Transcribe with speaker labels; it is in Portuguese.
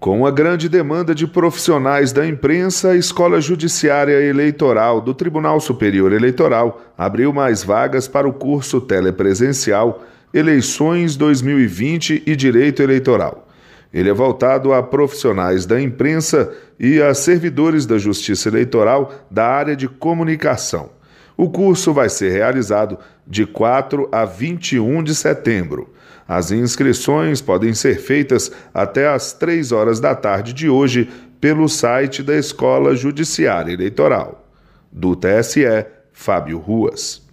Speaker 1: Com a grande demanda de profissionais da imprensa, a Escola Judiciária Eleitoral do Tribunal Superior Eleitoral abriu mais vagas para o curso telepresencial Eleições 2020 e Direito Eleitoral. Ele é voltado a profissionais da imprensa e a servidores da Justiça Eleitoral da área de comunicação. O curso vai ser realizado de 4 a 21 de setembro. As inscrições podem ser feitas até às 3 horas da tarde de hoje pelo site da Escola Judiciária Eleitoral. Do TSE, Fábio Ruas.